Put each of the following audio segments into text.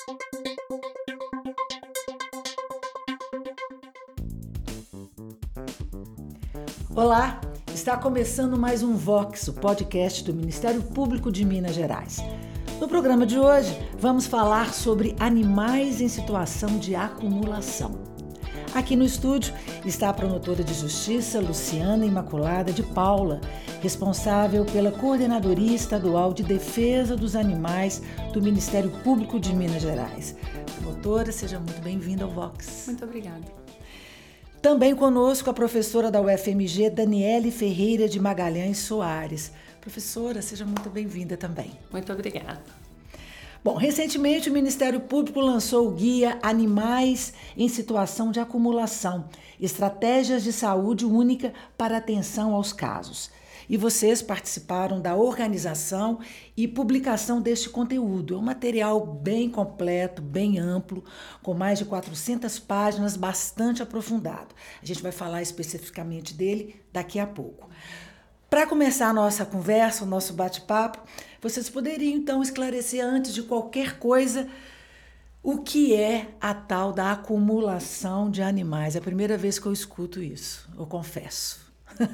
Olá, está começando mais um Vox, o podcast do Ministério Público de Minas Gerais. No programa de hoje, vamos falar sobre animais em situação de acumulação. Aqui no estúdio está a promotora de justiça Luciana Imaculada de Paula, responsável pela Coordenadoria Estadual de Defesa dos Animais do Ministério Público de Minas Gerais. Promotora, seja muito bem-vinda ao Vox. Muito obrigada. Também conosco a professora da UFMG, Daniele Ferreira de Magalhães Soares. Professora, seja muito bem-vinda também. Muito obrigada. Bom, recentemente o Ministério Público lançou o guia Animais em Situação de Acumulação, Estratégias de Saúde Única para Atenção aos Casos. E vocês participaram da organização e publicação deste conteúdo. É um material bem completo, bem amplo, com mais de 400 páginas, bastante aprofundado. A gente vai falar especificamente dele daqui a pouco. Para começar a nossa conversa, o nosso bate-papo, vocês poderiam então esclarecer antes de qualquer coisa o que é a tal da acumulação de animais. É a primeira vez que eu escuto isso, eu confesso.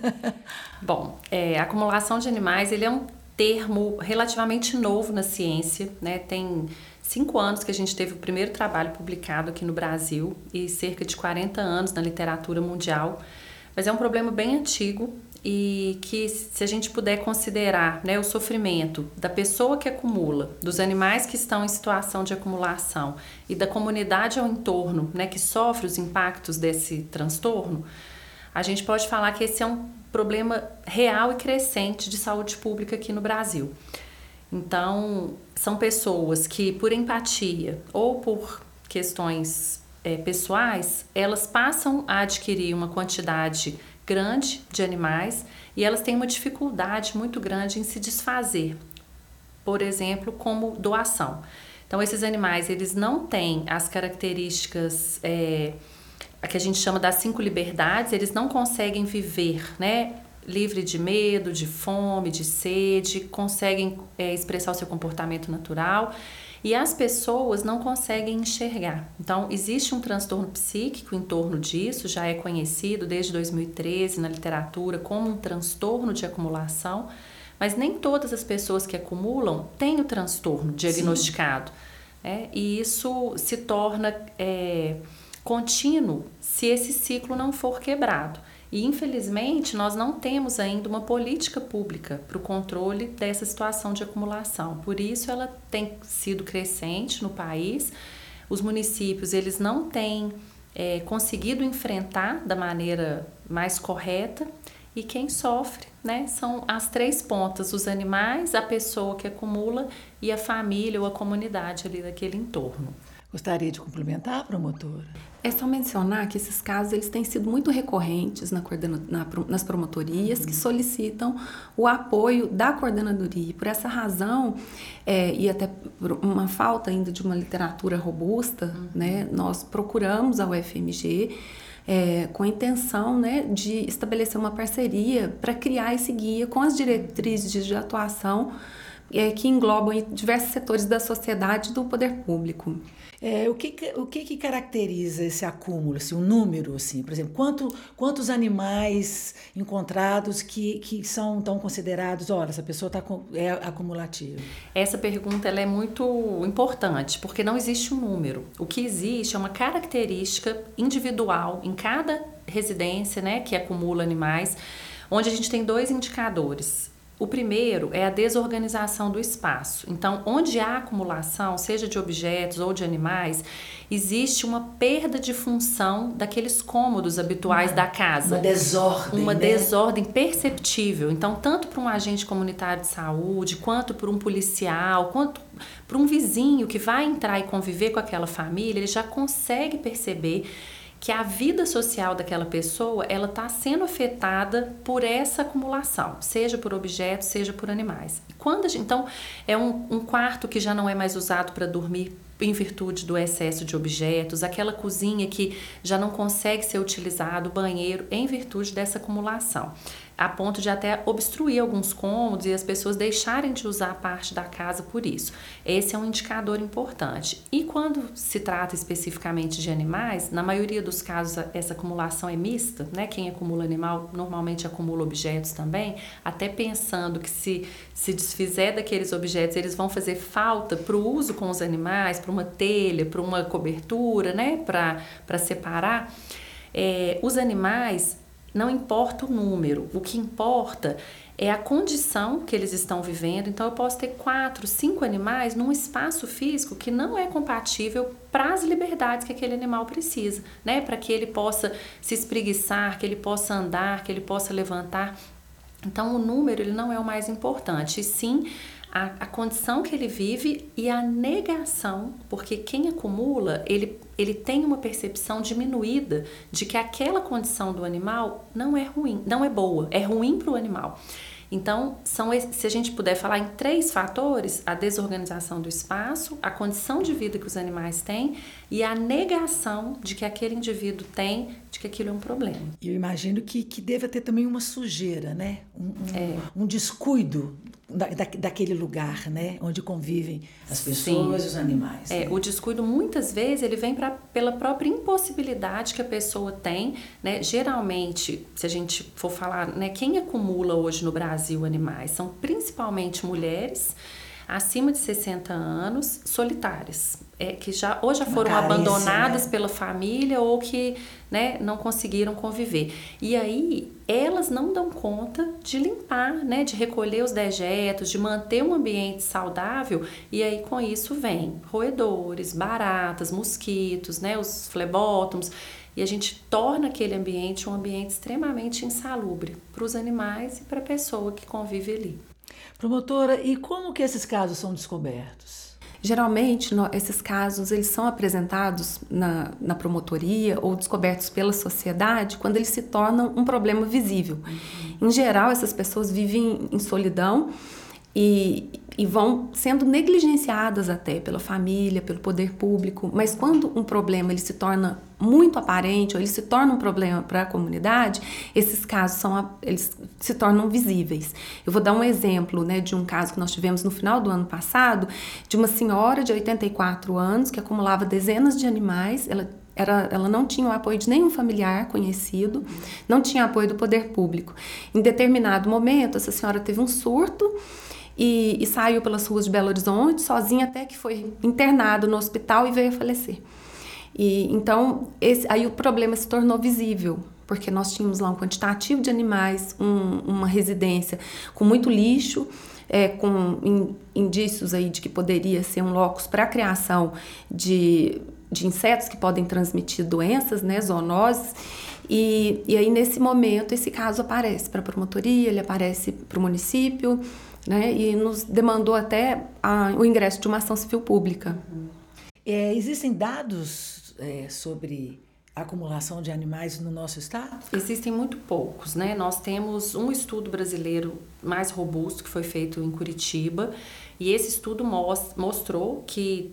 Bom, acumulação de animais, ele é um termo relativamente novo na ciência, né? Tem 5 anos que a gente teve o primeiro trabalho publicado aqui no Brasil e cerca de 40 anos na literatura mundial, mas é um problema bem antigo e que, se a gente puder considerar, né, o sofrimento da pessoa que acumula, dos animais que estão em situação de acumulação e da comunidade ao entorno, né, que sofre os impactos desse transtorno, a gente pode falar que esse é um problema real e crescente de saúde pública aqui no Brasil. Então, são pessoas que, por empatia ou por questões pessoais, elas passam a adquirir uma quantidade grande de animais e elas têm uma dificuldade muito grande em se desfazer, por exemplo, como doação. Então, esses animais, eles não têm as características a que a gente chama das 5 liberdades, eles não conseguem viver, né, livre de medo, de fome, de sede, conseguem expressar o seu comportamento natural e as pessoas não conseguem enxergar. Então, existe um transtorno psíquico em torno disso, já é conhecido desde 2013 na literatura como um transtorno de acumulação, mas nem todas as pessoas que acumulam têm o transtorno diagnosticado, né? E isso se torna contínuo se esse ciclo não for quebrado. E, infelizmente, nós não temos ainda uma política pública para o controle dessa situação de acumulação. Por isso, ela tem sido crescente no país. Os municípios, eles não têm conseguido enfrentar da maneira mais correta. E quem sofre, né, são as 3 pontas, os animais, a pessoa que acumula e a família ou a comunidade ali daquele entorno. Gostaria de complementar, promotora? É só mencionar que esses casos eles têm sido muito recorrentes nas promotorias que solicitam o apoio da coordenadoria. E por essa razão, e até por uma falta ainda de uma literatura robusta, né, nós procuramos a UFMG com a intenção, né, de estabelecer uma parceria para criar esse guia com as diretrizes de atuação que englobam diversos setores da sociedade e do poder público. O que caracteriza esse acúmulo, assim, um número, assim, por exemplo, quantos animais encontrados que são tão considerados, olha, essa pessoa é acumulativa? Essa pergunta ela é muito importante, porque não existe um número. O que existe é uma característica individual em cada residência, né, que acumula animais, onde a gente tem 2 indicadores. O primeiro é a desorganização do espaço. Então, onde há acumulação, seja de objetos ou de animais, existe uma perda de função daqueles cômodos habituais da casa. Uma desordem. Uma desordem perceptível. Então, tanto para um agente comunitário de saúde, quanto para um policial, quanto para um vizinho que vai entrar e conviver com aquela família, ele já consegue perceber que a vida social daquela pessoa ela está sendo afetada por essa acumulação, seja por objetos, seja por animais. E quando então é um quarto que já não é mais usado para dormir em virtude do excesso de objetos, aquela cozinha que já não consegue ser utilizado, o banheiro, em virtude dessa acumulação. a ponto de até obstruir alguns cômodos e as pessoas deixarem de usar parte da casa por isso. Esse é um indicador importante. E quando se trata especificamente de animais, na maioria dos casos essa acumulação é mista, né? Quem acumula animal normalmente acumula objetos também, até pensando que se desfizer daqueles objetos, eles vão fazer falta para o uso com os animais, para uma telha, para uma cobertura, né? Para separar. Os animais, não importa o número, o que importa é a condição que eles estão vivendo. Então eu posso ter 4, 5 animais num espaço físico que não é compatível para as liberdades que aquele animal precisa, né? Para que ele possa se espreguiçar, que ele possa andar, que ele possa levantar. Então o número ele não é o mais importante, e sim a condição que ele vive e a negação, porque quem acumula, ele tem uma percepção diminuída de que aquela condição do animal não é ruim, não é boa, é ruim para o animal. Então, se a gente puder falar em 3 fatores, a desorganização do espaço, a condição de vida que os animais têm e a negação de que aquele indivíduo tem, de que aquilo é um problema. Eu imagino que deva ter também uma sujeira, né? Um descuido daquele lugar, né? Onde convivem as pessoas e os animais. Né? O descuido, muitas vezes, ele vem pela própria impossibilidade que a pessoa tem, né? Geralmente, se a gente for falar, né, quem acumula hoje no Brasil animais são principalmente mulheres acima de 60 anos, solitárias, que já foram abandonadas, né, pela família ou que, né, não conseguiram conviver. E aí elas não dão conta de limpar, né, de recolher os dejetos, de manter um ambiente saudável, e aí com isso vem roedores, baratas, mosquitos, né, os flebótomos, e a gente torna aquele ambiente um ambiente extremamente insalubre para os animais e para a pessoa que convive ali. Promotora, e como que esses casos são descobertos? Geralmente, esses casos eles são apresentados na promotoria ou descobertos pela sociedade quando eles se tornam um problema visível. Em geral, essas pessoas vivem em solidão e vão sendo negligenciadas até pela família, pelo poder público, mas quando um problema ele se torna muito aparente ou ele se torna um problema para a comunidade, esses casos eles se tornam visíveis. Eu vou dar um exemplo, né, de um caso que nós tivemos no final do ano passado, de uma senhora de 84 anos que acumulava dezenas de animais. Ela não tinha o apoio de nenhum familiar conhecido, não tinha apoio do poder público. Em determinado momento, essa senhora teve um surto e saiu pelas ruas de Belo Horizonte sozinha, até que foi internado no hospital e veio a falecer. Então, aí o problema se tornou visível, porque nós tínhamos lá um quantitativo de animais, uma residência com muito lixo, com indícios aí de que poderia ser um locus para a criação de insetos que podem transmitir doenças, né, zoonoses. E aí, nesse momento, esse caso aparece para a promotoria, ele aparece para o município, né, e nos demandou até o ingresso de uma ação civil pública. Existem dados sobre a acumulação de animais no nosso estado? Existem muito poucos, né? Nós temos um estudo brasileiro mais robusto que foi feito em Curitiba, e esse estudo mostrou que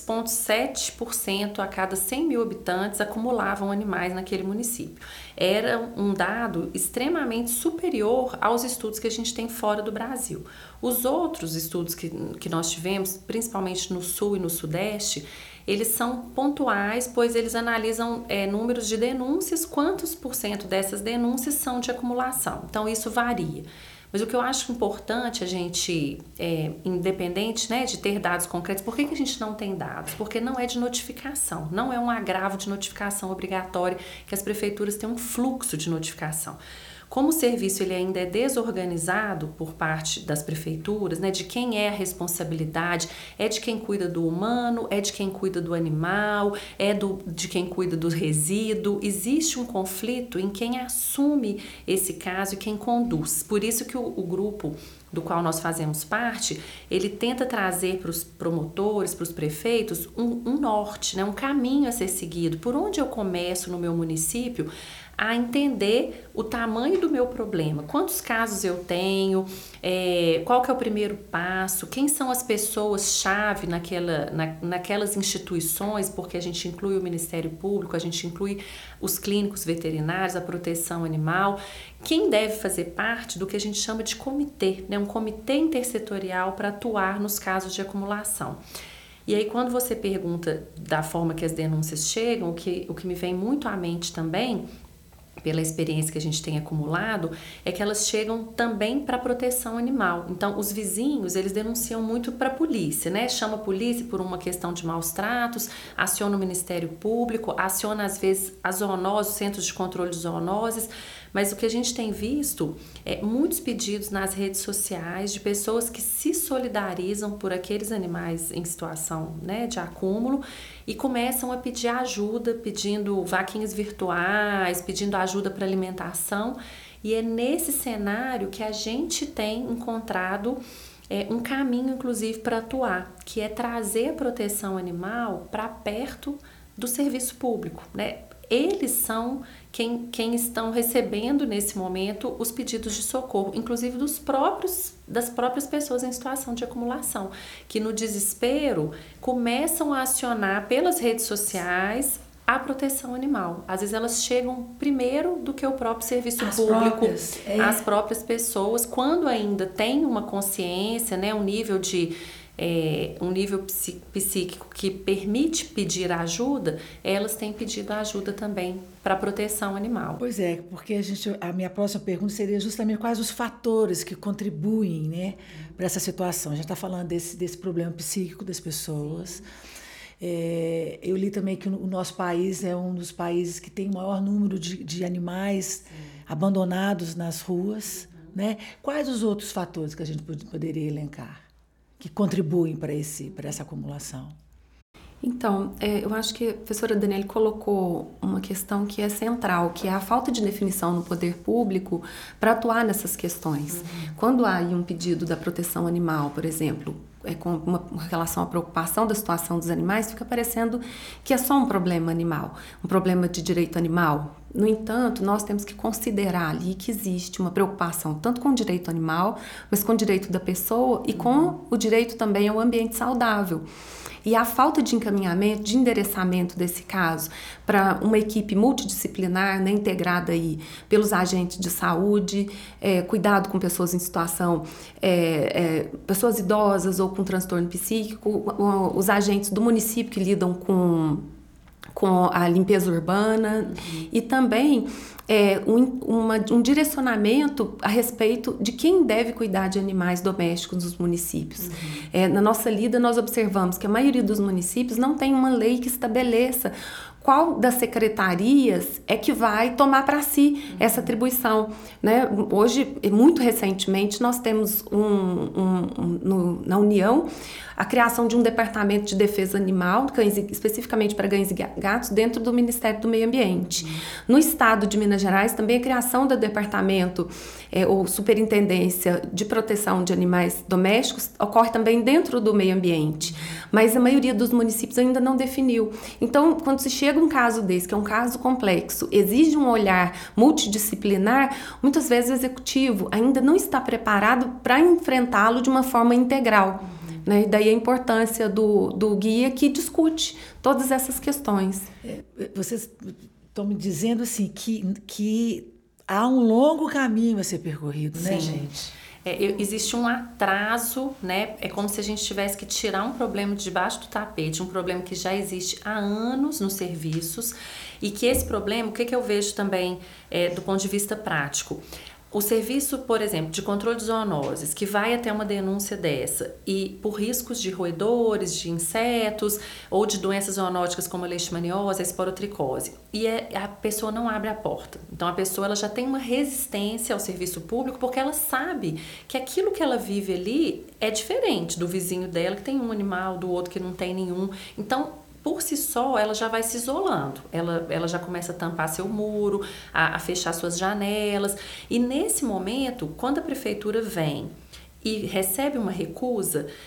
3,7% a cada 100 mil habitantes acumulavam animais naquele município. Era um dado extremamente superior aos estudos que a gente tem fora do Brasil. Os outros estudos que nós tivemos, principalmente no Sul e no Sudeste, eles são pontuais, pois eles analisam números de denúncias, quantos por cento dessas denúncias são de acumulação. Então, isso varia. Mas o que eu acho importante a gente, independente, né, de ter dados concretos, por que a gente não tem dados? Porque não é de notificação, não é um agravo de notificação obrigatória, que as prefeituras têm um fluxo de notificação. Como o serviço ele ainda é desorganizado por parte das prefeituras, né, de quem é a responsabilidade, é de quem cuida do humano, é de quem cuida do animal, de quem cuida do resíduo. Existe um conflito em quem assume esse caso e quem conduz. Por isso que o grupo do qual nós fazemos parte, ele tenta trazer para os promotores, para os prefeitos, um norte, né, um caminho a ser seguido. Por onde eu começo no meu município a entender o tamanho do meu problema, quantos casos eu tenho, qual que é o primeiro passo, quem são as pessoas-chave naquelas instituições, porque a gente inclui o Ministério Público, a gente inclui os clínicos veterinários, a proteção animal, quem deve fazer parte do que a gente chama de comitê, né? Um comitê intersetorial para atuar nos casos de acumulação. E aí, quando você pergunta da forma que as denúncias chegam, o que me vem muito à mente também, pela experiência que a gente tem acumulado, é que elas chegam também para a proteção animal. Então, os vizinhos, eles denunciam muito para a polícia, né? Chama a polícia por uma questão de maus tratos, aciona o Ministério Público, aciona, às vezes, a zoonose, os centros de controle de zoonoses, mas o que a gente tem visto é muitos pedidos nas redes sociais de pessoas que se solidarizam por aqueles animais em situação, né, de acúmulo e começam a pedir ajuda, pedindo vaquinhas virtuais, pedindo ajuda para alimentação. E é nesse cenário que a gente tem encontrado um caminho, inclusive, para atuar, que é trazer a proteção animal para perto do serviço público, né? Eles são quem estão recebendo nesse momento os pedidos de socorro, inclusive das próprias pessoas em situação de acumulação, que no desespero começam a acionar pelas redes sociais a proteção animal. Às vezes elas chegam primeiro do que o próprio serviço público, as próprias pessoas, quando ainda tem uma consciência, né, um nível psíquico que permite pedir ajuda, elas têm pedido ajuda também para a proteção animal. Pois é, porque a minha próxima pergunta seria justamente quais os fatores que contribuem, né, para essa situação. A gente está falando desse problema psíquico das pessoas. Eu li também que o nosso país é um dos países que tem o maior número de animais abandonados nas ruas, né? Quais os outros fatores que a gente poderia elencar que contribuem para essa acumulação? Então, eu acho que a professora Daniele colocou uma questão que é central, que é a falta de definição no poder público para atuar nessas questões. Quando há aí um pedido da proteção animal, por exemplo, com relação à preocupação da situação dos animais, fica parecendo que é só um problema animal, um problema de direito animal. No entanto, nós temos que considerar ali que existe uma preocupação tanto com o direito animal, mas com o direito da pessoa e com o direito também ao ambiente saudável. E a falta de encaminhamento, de endereçamento desse caso para uma equipe multidisciplinar, né, integrada aí pelos agentes de saúde, cuidado com pessoas em situação, pessoas idosas ou com transtorno psíquico, os agentes do município que lidam com a limpeza urbana e também um direcionamento a respeito de quem deve cuidar de animais domésticos nos municípios. Na nossa lida, nós observamos que a maioria dos municípios não tem uma lei que estabeleça qual das secretarias é que vai tomar para si essa atribuição, né? Hoje, muito recentemente, nós temos na União a criação de um departamento de defesa animal, especificamente para cães e gatos, dentro do Ministério do Meio Ambiente. No estado de Minas Gerais, também a criação do departamento ou superintendência de proteção de animais domésticos ocorre também dentro do meio ambiente, mas a maioria dos municípios ainda não definiu. Então, quando se chega um caso desse, que é um caso complexo, exige um olhar multidisciplinar, muitas vezes o executivo ainda não está preparado para enfrentá-lo de uma forma integral. Né? E daí a importância do guia que discute todas essas questões. Vocês estão me dizendo assim que há um longo caminho a ser percorrido, né, gente? Existe um atraso, né? É como se a gente tivesse que tirar um problema de debaixo do tapete, um problema que já existe há anos nos serviços e que esse problema, o que eu vejo também do ponto de vista prático? O serviço, por exemplo, de controle de zoonoses, que vai até uma denúncia dessa e por riscos de roedores, de insetos ou de doenças zoonóticas como a leishmaniose, a esporotricose, e a pessoa não abre a porta. Então a pessoa ela já tem uma resistência ao serviço público porque ela sabe que aquilo que ela vive ali é diferente do vizinho dela que tem um animal, do outro que não tem nenhum. Então, por si só, ela já vai se isolando, ela já começa a tampar seu muro, a fechar suas janelas. E nesse momento, quando a prefeitura vem e recebe uma recusa,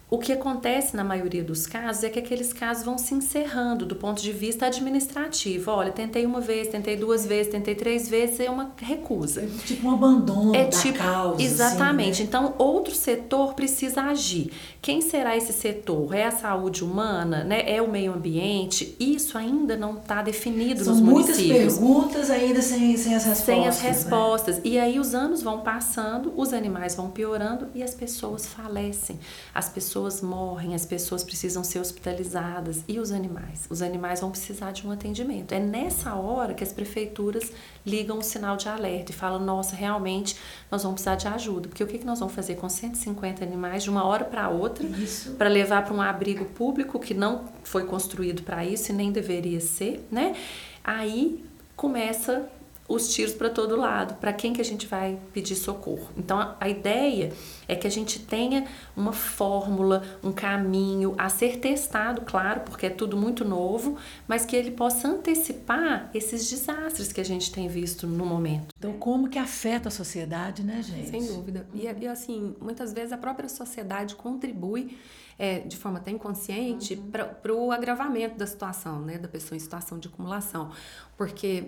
O que acontece na maioria dos casos é que aqueles casos vão se encerrando do ponto de vista administrativo. Olha, tentei uma vez, tentei 2 vezes, tentei 3 vezes, é uma recusa. É tipo um abandono da causa. Exatamente. Assim, né? Então, outro setor precisa agir. Quem será esse setor? É a saúde humana? Né? É o meio ambiente? Isso ainda não está definido nos municípios. São muitas perguntas ainda sem as respostas. Sem as respostas. Né? E aí os anos vão passando, os animais vão piorando e as pessoas falecem. As pessoas morrem, as pessoas precisam ser hospitalizadas. E os animais? Os animais vão precisar de um atendimento. É nessa hora que as prefeituras ligam o sinal de alerta e falam, nossa, realmente nós vamos precisar de ajuda. Porque o que nós vamos fazer com 150 animais de uma hora para outra para levar para um abrigo público que não foi construído para isso e nem deveria ser, né? Aí começa os tiros para todo lado, para quem que a gente vai pedir socorro. Então, a ideia é que a gente tenha uma fórmula, um caminho a ser testado, claro, porque é tudo muito novo, mas que ele possa antecipar esses desastres que a gente tem visto no momento. Então, como que afeta a sociedade, né, gente? Sem dúvida. E assim, muitas vezes a própria sociedade contribui de forma até inconsciente para o agravamento da situação, né, da pessoa em situação de acumulação. Porque,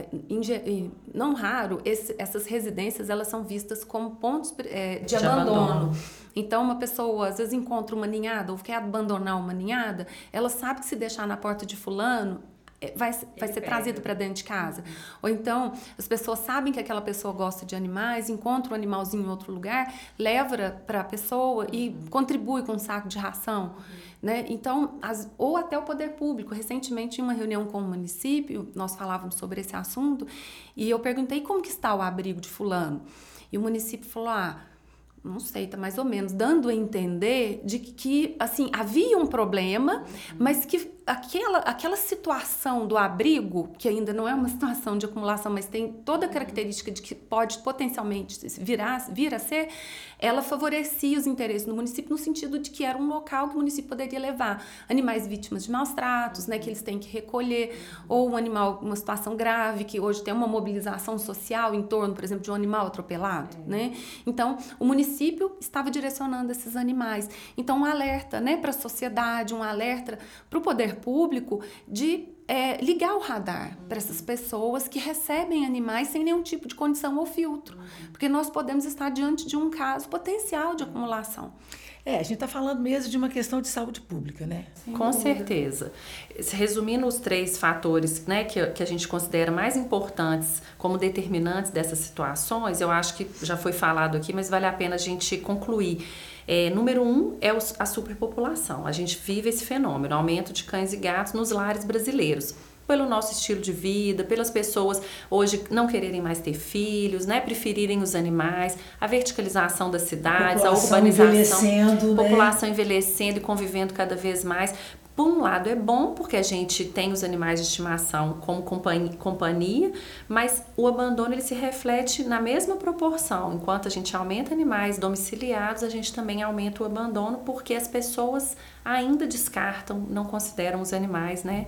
não raro, essas residências elas são vistas como pontos de abandono. Então, uma pessoa, às vezes, encontra uma ninhada ou quer abandonar uma ninhada, ela sabe que se deixar na porta de fulano, vai ser trazido para dentro de casa. Ou então, as pessoas sabem que aquela pessoa gosta de animais, encontra um animalzinho em outro lugar, leva para a pessoa e contribui com um saco de ração. Né? Então, ou até o poder público. Recentemente, em uma reunião com o município, nós falávamos sobre esse assunto e eu perguntei como que está o abrigo de fulano. E o município falou, não sei, tá mais ou menos, dando a entender de que assim, havia um problema, mas que aquela situação do abrigo, que ainda não é uma situação de acumulação, mas tem toda a característica de que pode potencialmente vir a ser, ela favorecia os interesses do município no sentido de que era um local que o município poderia levar animais vítimas de maus tratos, né, que eles têm que recolher, ou um animal, uma situação grave, que hoje tem uma mobilização social em torno, por exemplo, de um animal atropelado, né? Então, o município estava direcionando esses animais. Então, um alerta, né, para a sociedade, um alerta para o poder público de ligar o radar para essas pessoas que recebem animais sem nenhum tipo de condição ou filtro, porque nós podemos estar diante de um caso potencial de acumulação. A gente está falando mesmo de uma questão de saúde pública, né? Com certeza. Resumindo os 3 fatores, né, que a gente considera mais importantes como determinantes dessas situações, eu acho que já foi falado aqui, mas vale a pena a gente concluir. Número 1 é a superpopulação. A gente vive esse fenômeno, aumento de cães e gatos nos lares brasileiros. Pelo nosso estilo de vida, pelas pessoas hoje não quererem mais ter filhos, né, preferirem os animais, a verticalização das cidades, a urbanização, população envelhecendo e convivendo cada vez mais. Por um lado é bom, porque a gente tem os animais de estimação como companhia, mas o abandono ele se reflete na mesma proporção. Enquanto a gente aumenta animais domiciliados, a gente também aumenta o abandono, porque as pessoas ainda descartam, não consideram os animais, né,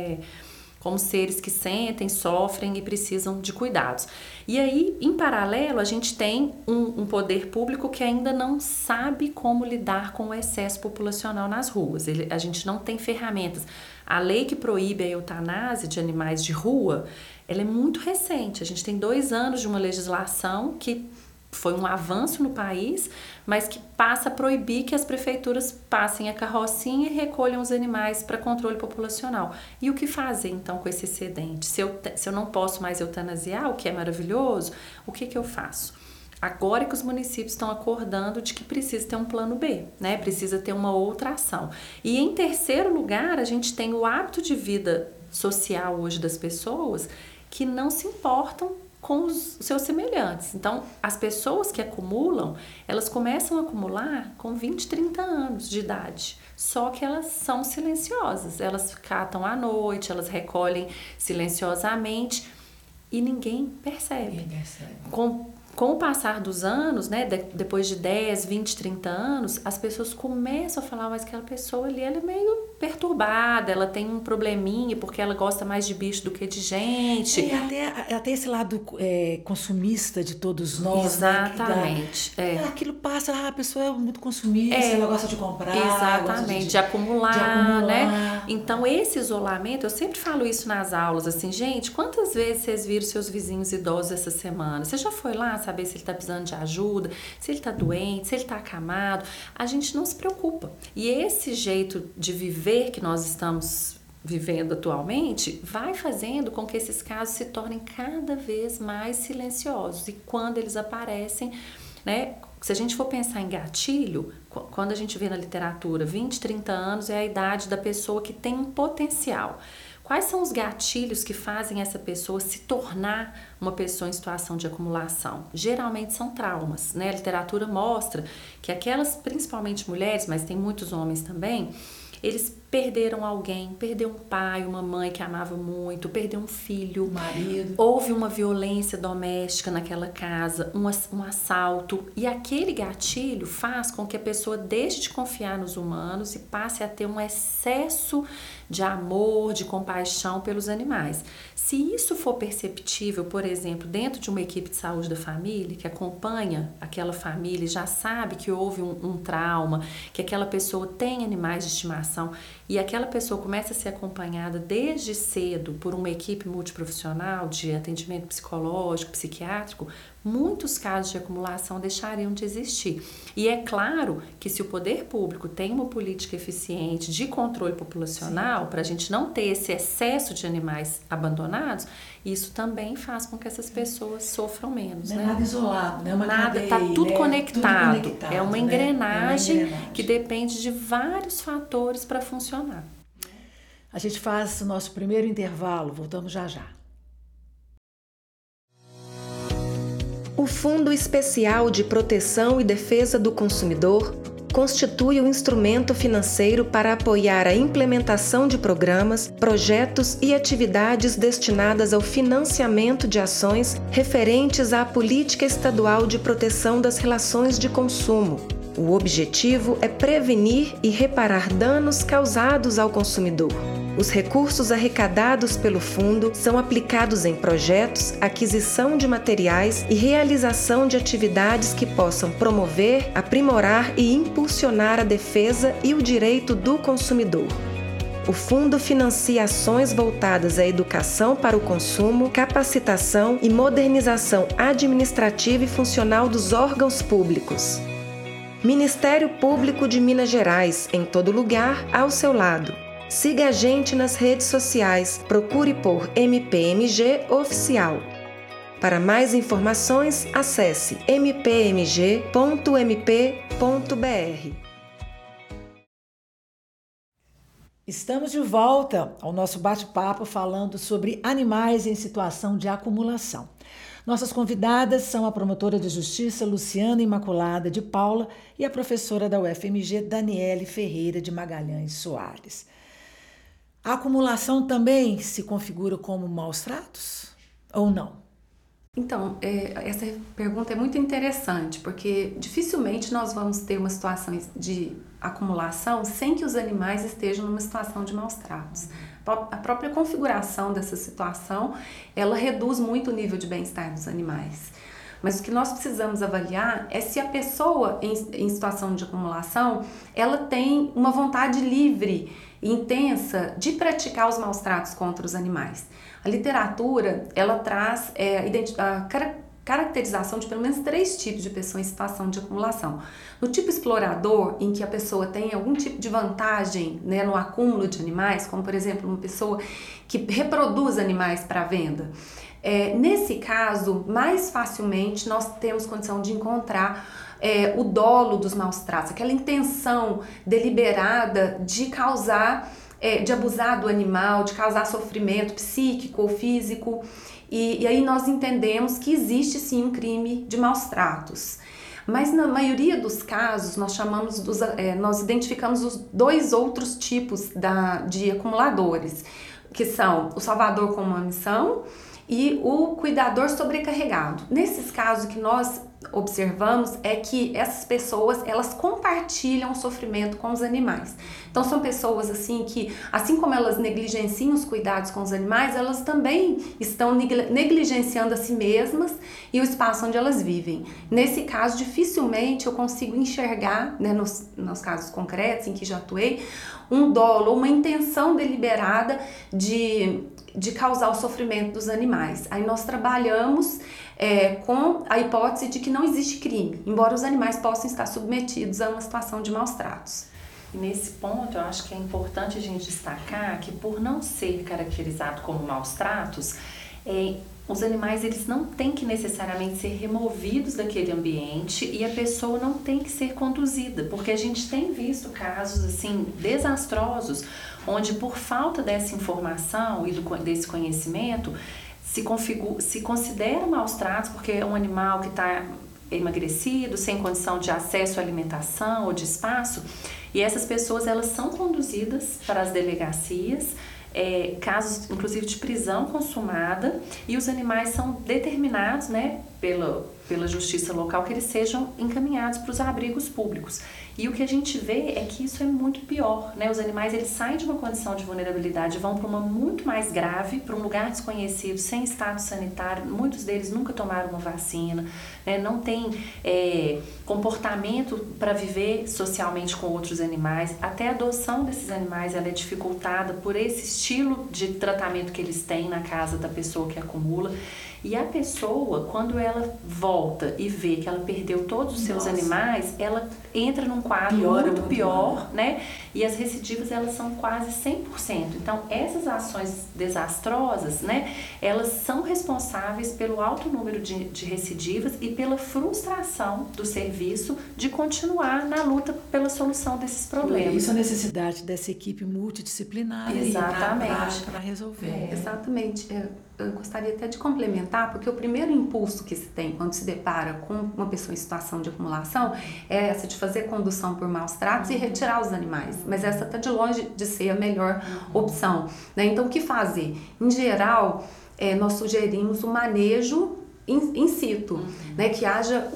como seres que sentem, sofrem e precisam de cuidados. E aí, em paralelo, a gente tem um poder público que ainda não sabe como lidar com o excesso populacional nas ruas. A gente não tem ferramentas. A lei que proíbe a eutanásia de animais de rua, ela é muito recente. A gente tem 2 anos de uma legislação que foi um avanço no país, mas que passa a proibir que as prefeituras passem a carrocinha e recolham os animais para controle populacional. E o que fazer, então, com esse excedente? Se eu não posso mais eutanasiar, o que é maravilhoso, o que eu faço? Agora que os municípios estão acordando de que precisa ter um plano B, né? Precisa ter uma outra ação. E em terceiro lugar, a gente tem o hábito de vida social hoje das pessoas que não se importam com os seus semelhantes. Então, as pessoas que acumulam, elas começam a acumular com 20, 30 anos de idade. Só que elas são silenciosas. Elas catam à noite, elas recolhem silenciosamente e ninguém percebe. Com o passar dos anos, né, depois de 10, 20, 30 anos, as pessoas começam a falar, mas aquela pessoa ali, ela é meio perturbada, ela tem um probleminha porque ela gosta mais de bicho do que de gente. E até esse lado consumista de todos nós. Exatamente. Né, aquilo passa, a pessoa é muito consumista, ela gosta de comprar. Exatamente, de acumular, né? Então, esse isolamento, eu sempre falo isso nas aulas, assim, gente, quantas vezes vocês viram seus vizinhos idosos essa semana? Você já foi lá saber se ele está precisando de ajuda, se ele está doente, se ele está acamado? A gente não se preocupa. E esse jeito de viver que nós estamos vivendo atualmente vai fazendo com que esses casos se tornem cada vez mais silenciosos. E quando eles aparecem, né, se a gente for pensar em gatilho, quando a gente vê na literatura 20, 30 anos é a idade da pessoa que tem um potencial. Quais são os gatilhos que fazem essa pessoa se tornar uma pessoa em situação de acumulação? Geralmente são traumas, né? A literatura mostra que aquelas, principalmente mulheres, mas tem muitos homens também, eles perderam alguém, perdeu um pai, uma mãe que amava muito, perdeu um filho, marido. Houve uma violência doméstica naquela casa, um assalto, e aquele gatilho faz com que a pessoa deixe de confiar nos humanos e passe a ter um excesso de amor, de compaixão pelos animais. Se isso for perceptível, por exemplo, dentro de uma equipe de saúde da família, que acompanha aquela família e já sabe que houve um trauma, que aquela pessoa tem animais de estimação, e aquela pessoa começa a ser acompanhada desde cedo por uma equipe multiprofissional de atendimento psicológico, psiquiátrico, muitos casos de acumulação deixariam de existir. E é claro que se o poder público tem uma política eficiente de controle populacional, para a gente não ter esse excesso de animais abandonados, isso também faz com que essas pessoas sofram menos. Não é né? nada isolado, né? Nada, está tudo, conectado. É uma engrenagem, que depende de vários fatores para funcionar. A gente faz o nosso primeiro intervalo, voltamos já já. O Fundo Especial de Proteção e Defesa do Consumidor constitui o instrumento financeiro para apoiar a implementação de programas, projetos e atividades destinadas ao financiamento de ações referentes à política estadual de proteção das relações de consumo. O objetivo é prevenir e reparar danos causados ao consumidor. Os recursos arrecadados pelo fundo são aplicados em projetos, aquisição de materiais e realização de atividades que possam promover, aprimorar e impulsionar a defesa e o direito do consumidor. O fundo financia ações voltadas à educação para o consumo, capacitação e modernização administrativa e funcional dos órgãos públicos. Ministério Público de Minas Gerais, em todo lugar, ao seu lado. Siga a gente nas redes sociais, procure por MPMG Oficial. Para mais informações, acesse mpmg.mp.br. Estamos de volta ao nosso bate-papo falando sobre animais em situação de acumulação. Nossas convidadas são a promotora de justiça Luciana Imaculada de Paula e a professora da UFMG Daniele Ferreira de Magalhães Soares. A acumulação também se configura como maus tratos ou não? Então, essa pergunta é muito interessante, porque dificilmente nós vamos ter uma situação de acumulação sem que os animais estejam numa situação de maus tratos. A própria configuração dessa situação, ela reduz muito o nível de bem-estar dos animais. Mas o que nós precisamos avaliar é se a pessoa em situação de acumulação, ela tem uma vontade livre e intensa de praticar os maus tratos contra os animais. A literatura, ela traz a caracterização de pelo menos 3 tipos de pessoa em situação de acumulação. No tipo explorador, em que a pessoa tem algum tipo de vantagem, né, no acúmulo de animais, como por exemplo uma pessoa que reproduz animais para venda. Nesse caso, mais facilmente nós temos condição de encontrar o dolo dos maus tratos, aquela intenção deliberada de causar, de abusar do animal, de causar sofrimento psíquico ou físico. E aí nós entendemos que existe sim um crime de maus tratos. Mas na maioria dos casos nós identificamos os 2 outros tipos de acumuladores, que são o salvador com uma missão e o cuidador sobrecarregado. Nesses casos que nós observamos é que essas pessoas, elas compartilham o sofrimento com os animais. Então são pessoas assim que, assim como elas negligenciam os cuidados com os animais, elas também estão negligenciando a si mesmas e o espaço onde elas vivem. Nesse caso, dificilmente eu consigo enxergar, né, nos casos concretos em que já atuei, um dolo, uma intenção deliberada de causar o sofrimento dos animais. Aí nós trabalhamos com a hipótese de que não existe crime, embora os animais possam estar submetidos a uma situação de maus tratos. E nesse ponto, eu acho que é importante a gente destacar que, por não ser caracterizado como maus tratos, os animais eles não têm que necessariamente ser removidos daquele ambiente e a pessoa não tem que ser conduzida, porque a gente tem visto casos assim desastrosos, onde por falta dessa informação e desse conhecimento se considera maus tratos, porque é um animal que está emagrecido, sem condição de acesso à alimentação ou de espaço, e essas pessoas elas são conduzidas para as delegacias, casos inclusive de prisão consumada, e os animais são determinados, né, pela justiça local que eles sejam encaminhados para os abrigos públicos. E o que a gente vê é que isso é muito pior, né? Os animais eles saem de uma condição de vulnerabilidade, vão para uma muito mais grave, para um lugar desconhecido, sem status sanitário. Muitos deles nunca tomaram uma vacina, né? Não tem comportamento para viver socialmente com outros animais. Até a adoção desses animais ela é dificultada por esse estilo de tratamento que eles têm na casa da pessoa que acumula. E a pessoa, quando ela volta e vê que ela perdeu todos os seus animais, ela entra num quadro muito pior, né? E as recidivas, elas são quase 100%. Então, essas ações desastrosas, né? Elas são responsáveis pelo alto número de recidivas e pela frustração do serviço de continuar na luta pela solução desses problemas. Isso é a necessidade dessa equipe multidisciplinar para resolver. Exatamente. Eu gostaria até de complementar, porque o primeiro impulso que se tem quando se depara com uma pessoa em situação de acumulação é essa de fazer condução por maus tratos e retirar os animais, mas essa está de longe de ser a melhor opção, né? Então, o que fazer? Em geral, nós sugerimos o manejo in situ, né? Que haja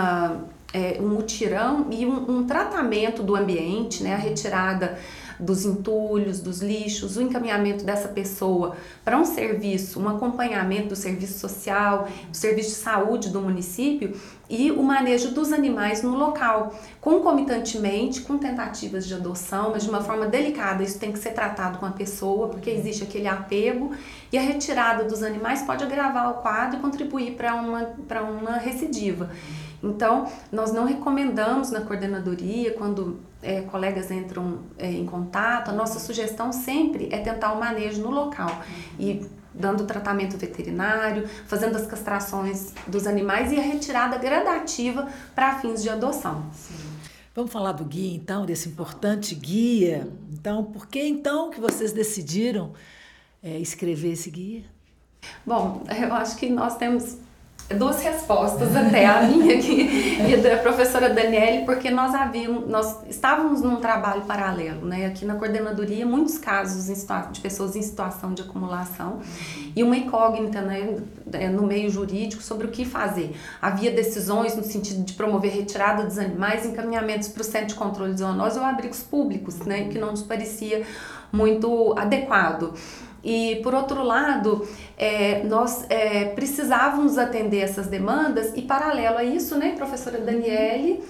um mutirão e um tratamento do ambiente, né? A retirada dos entulhos, dos lixos, o encaminhamento dessa pessoa para um serviço, um acompanhamento do serviço social, do serviço de saúde do município e o manejo dos animais no local, concomitantemente com tentativas de adoção, mas de uma forma delicada. Isso tem que ser tratado com a pessoa, porque existe aquele apego e a retirada dos animais pode agravar o quadro e contribuir para uma recidiva. Então, nós não recomendamos na coordenadoria, quando colegas entram em contato, a nossa sugestão sempre é tentar o manejo no local e dando tratamento veterinário, fazendo as castrações dos animais e a retirada gradativa para fins de adoção. Sim. Vamos falar do guia, então, desse importante guia. Então, por que então que vocês decidiram escrever esse guia? Bom, eu acho que nós temos duas respostas até, a minha aqui e da professora Daniele, porque nós estávamos num trabalho paralelo, né? Aqui na coordenadoria, muitos casos de pessoas em situação de acumulação e uma incógnita, né, no meio jurídico sobre o que fazer. Havia decisões no sentido de promover retirada dos animais, encaminhamentos para o Centro de Controle de Zoonose ou abrigos públicos, né, que não nos parecia muito adequado. E, por outro lado, nós precisávamos atender essas demandas e, paralelo a isso, né, a professora Daniele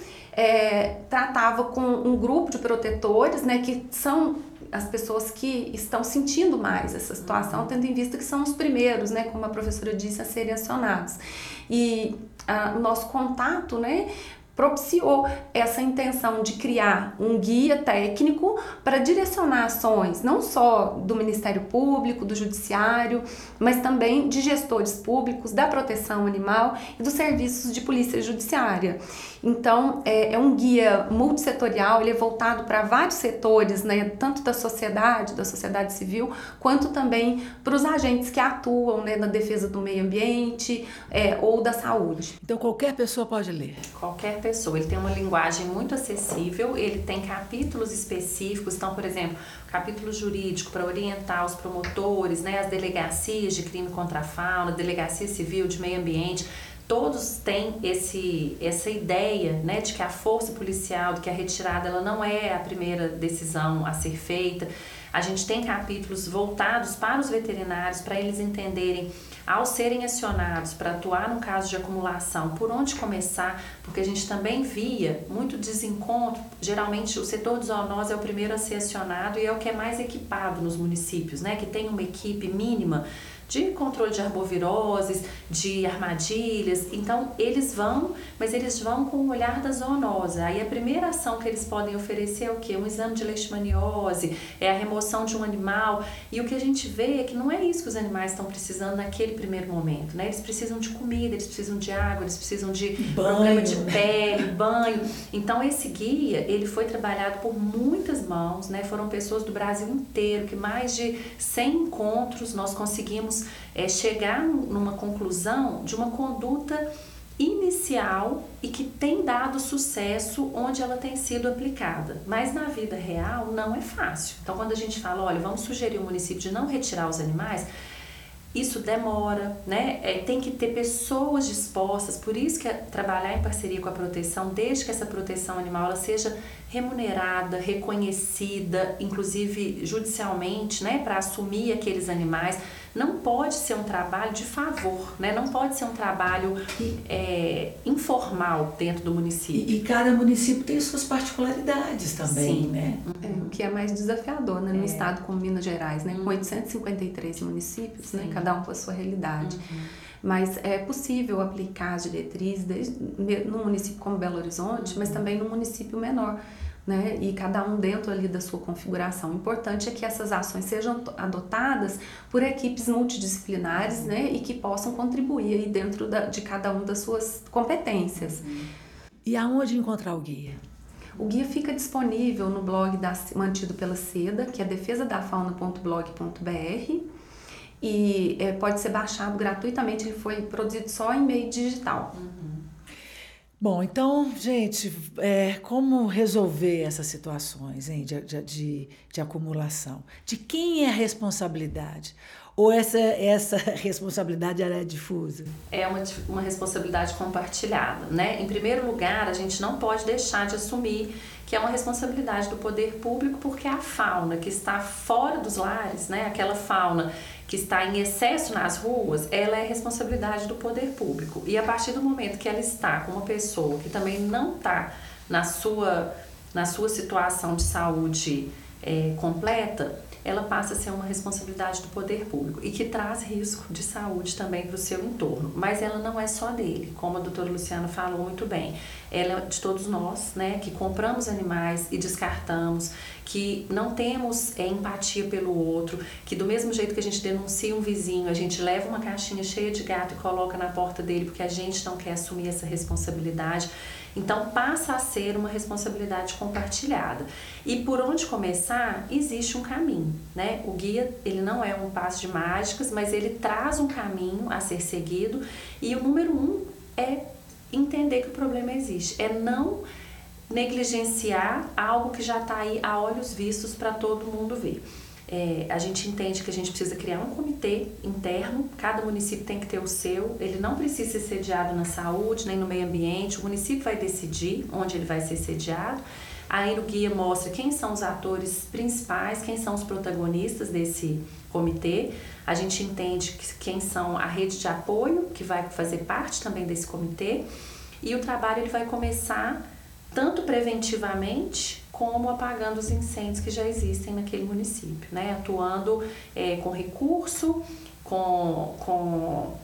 tratava com um grupo de protetores, né, que são as pessoas que estão sentindo mais essa situação, tendo em vista que são os primeiros, né, como a professora disse, a serem acionados. E o nosso contato, né, propiciou essa intenção de criar um guia técnico para direcionar ações não só do Ministério Público, do Judiciário, mas também de gestores públicos, da proteção animal e dos serviços de polícia judiciária. Então, é um guia multissetorial, ele é voltado para vários setores, né, tanto da sociedade civil, quanto também para os agentes que atuam, né, na defesa do meio ambiente ou da saúde. Então, qualquer pessoa pode ler? Qualquer pessoa. Ele tem uma linguagem muito acessível, ele tem capítulos específicos, então, por exemplo, capítulo jurídico para orientar os promotores, né, as delegacias de crime contra a fauna, delegacia civil de meio ambiente, todos têm essa ideia, né, de que a força policial, de que a retirada ela não é a primeira decisão a ser feita. A gente tem capítulos voltados para os veterinários, para eles entenderem, ao serem acionados para atuar num caso de acumulação, por onde começar, porque a gente também via muito desencontro. Geralmente o setor de zoonose é o primeiro a ser acionado e é o que é mais equipado nos municípios, né, que tem uma equipe mínima de controle de arboviroses, de armadilhas. Então eles vão, mas eles vão com o olhar da zoonose. Aí a primeira ação que eles podem oferecer é o quê? Um exame de leishmaniose, é a remoção de um animal. E o que a gente vê é que não é isso que os animais estão precisando naquele primeiro momento, né? Eles precisam de comida, eles precisam de água, eles precisam de problema de pele, banho. Então esse guia, ele foi trabalhado por muitas mãos, né? Foram pessoas do Brasil inteiro, que mais de 100 encontros nós conseguimos chegar numa conclusão de uma conduta inicial e que tem dado sucesso onde ela tem sido aplicada. Mas na vida real não é fácil. Então quando a gente fala, olha, vamos sugerir ao município de não retirar os animais, isso demora, né? Tem que ter pessoas dispostas, por isso que trabalhar em parceria com a proteção, desde que essa proteção animal ela seja remunerada, reconhecida, inclusive judicialmente, né? Para assumir aqueles animais. Não pode ser um trabalho de favor, né? Não pode ser um trabalho informal dentro do município. E cada município tem suas particularidades também, né? O que é mais desafiador, né? No estado como Minas Gerais, né? Com 853 municípios, né? Cada um com a sua realidade. Mas é possível aplicar as diretrizes num município como Belo Horizonte, mas também num município menor, né? E cada um dentro ali da sua configuração. O importante é que essas ações sejam adotadas por equipes multidisciplinares, né? E que possam contribuir aí dentro de cada uma das suas competências. E aonde encontrar o guia? O guia fica disponível no blog mantido pela SEDA, que é defesadafauna.blog.br, e pode ser baixado gratuitamente. Ele foi produzido só em meio digital. Bom, então, gente, como resolver essas situações, hein, de acumulação? De quem é a responsabilidade? Ou essa responsabilidade ela é difusa? É uma responsabilidade compartilhada, né? Em primeiro lugar, a gente não pode deixar de assumir que é uma responsabilidade do poder público, porque a fauna que está fora dos lares, né, aquela fauna que está em excesso nas ruas, ela é responsabilidade do poder público. E a partir do momento que ela está com uma pessoa que também não está na sua situação de saúde completa, ela passa a ser uma responsabilidade do poder público e que traz risco de saúde também para o seu entorno. Mas ela não é só dele, como a doutora Luciana falou muito bem. Ela é de todos nós, né, que compramos animais e descartamos, que não temos empatia pelo outro, que do mesmo jeito que a gente denuncia um vizinho, a gente leva uma caixinha cheia de gato e coloca na porta dele porque a gente não quer assumir essa responsabilidade. Então passa a ser uma responsabilidade compartilhada. E por onde começar, existe um caminho, né? O guia, ele não é um passo de mágicas, mas ele traz um caminho a ser seguido. E o número 1 é entender que o problema existe, é não negligenciar algo que já está aí a olhos vistos para todo mundo ver. A gente entende que a gente precisa criar um comitê interno, cada município tem que ter o seu, ele não precisa ser sediado na saúde, nem no meio ambiente, o município vai decidir onde ele vai ser sediado. Aí o guia mostra quem são os atores principais, quem são os protagonistas desse comitê. A gente entende quem são a rede de apoio, que vai fazer parte também desse comitê. E o trabalho ele vai começar tanto preventivamente como apagando os incêndios que já existem naquele município, né? Atuando com recurso, com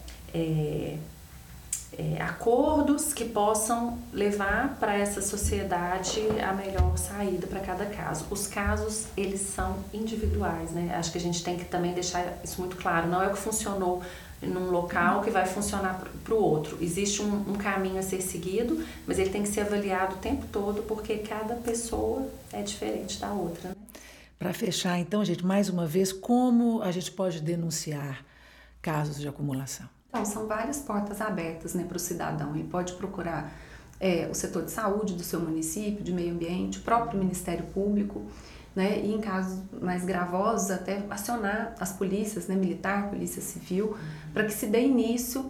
acordos que possam levar para essa sociedade a melhor saída para cada caso. Os casos, eles são individuais, né? Acho que a gente tem que também deixar isso muito claro. Não é o que funcionou num local que vai funcionar para o outro. Existe um caminho a ser seguido, mas ele tem que ser avaliado o tempo todo, porque cada pessoa é diferente da outra, né? Para fechar, então, gente, mais uma vez, como a gente pode denunciar casos de acumulação? Então, são várias portas abertas, né, para o cidadão. Ele pode procurar o setor de saúde do seu município, de meio ambiente, o próprio Ministério Público, né, e em casos mais gravosos até acionar as polícias, né, militar, polícia civil, para que se dê início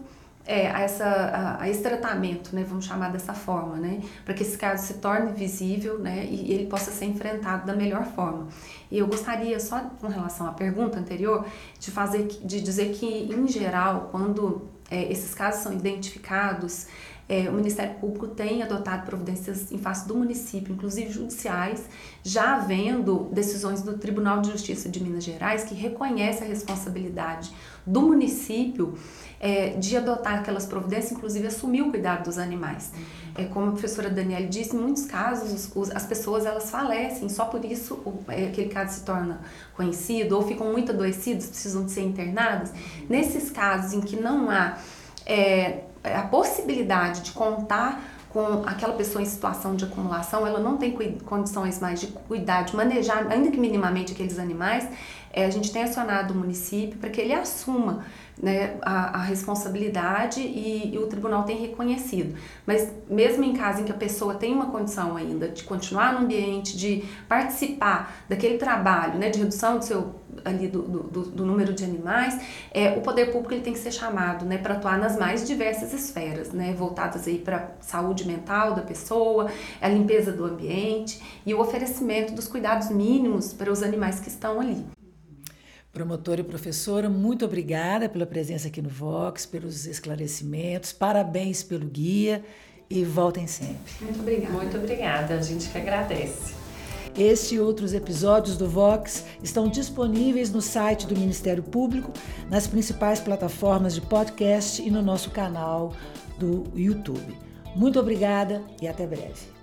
a esse tratamento, né, vamos chamar dessa forma, né, para que esse caso se torne visível, né, e ele possa ser enfrentado da melhor forma. E eu gostaria, só com relação à pergunta anterior, de dizer que, em geral, quando esses casos são identificados, o Ministério Público tem adotado providências em face do município, inclusive judiciais, já havendo decisões do Tribunal de Justiça de Minas Gerais que reconhece a responsabilidade do município de adotar aquelas providências, inclusive assumir o cuidado dos animais. Como a professora Daniele disse, em muitos casos as pessoas elas falecem, só por isso aquele caso se torna conhecido, ou ficam muito adoecidas, precisam de ser internadas. Nesses casos em que não há a possibilidade de contar com aquela pessoa em situação de acumulação, ela não tem condições mais de cuidar, de manejar, ainda que minimamente, aqueles animais, a gente tem acionado o município para que ele assuma, né, a responsabilidade e o tribunal tem reconhecido. Mas mesmo em caso em que a pessoa tem uma condição ainda de continuar no ambiente, de participar daquele trabalho, né, de redução do número de animais, o poder público ele tem que ser chamado, né, para atuar nas mais diversas esferas, né, voltadas aí para a saúde mental da pessoa, a limpeza do ambiente e o oferecimento dos cuidados mínimos para os animais que estão ali. Promotora e professora, muito obrigada pela presença aqui no Vox, pelos esclarecimentos, parabéns pelo guia e voltem sempre. Muito obrigada. Muito obrigada, a gente que agradece. Este e outros episódios do Vox estão disponíveis no site do Ministério Público, nas principais plataformas de podcast e no nosso canal do YouTube. Muito obrigada e até breve.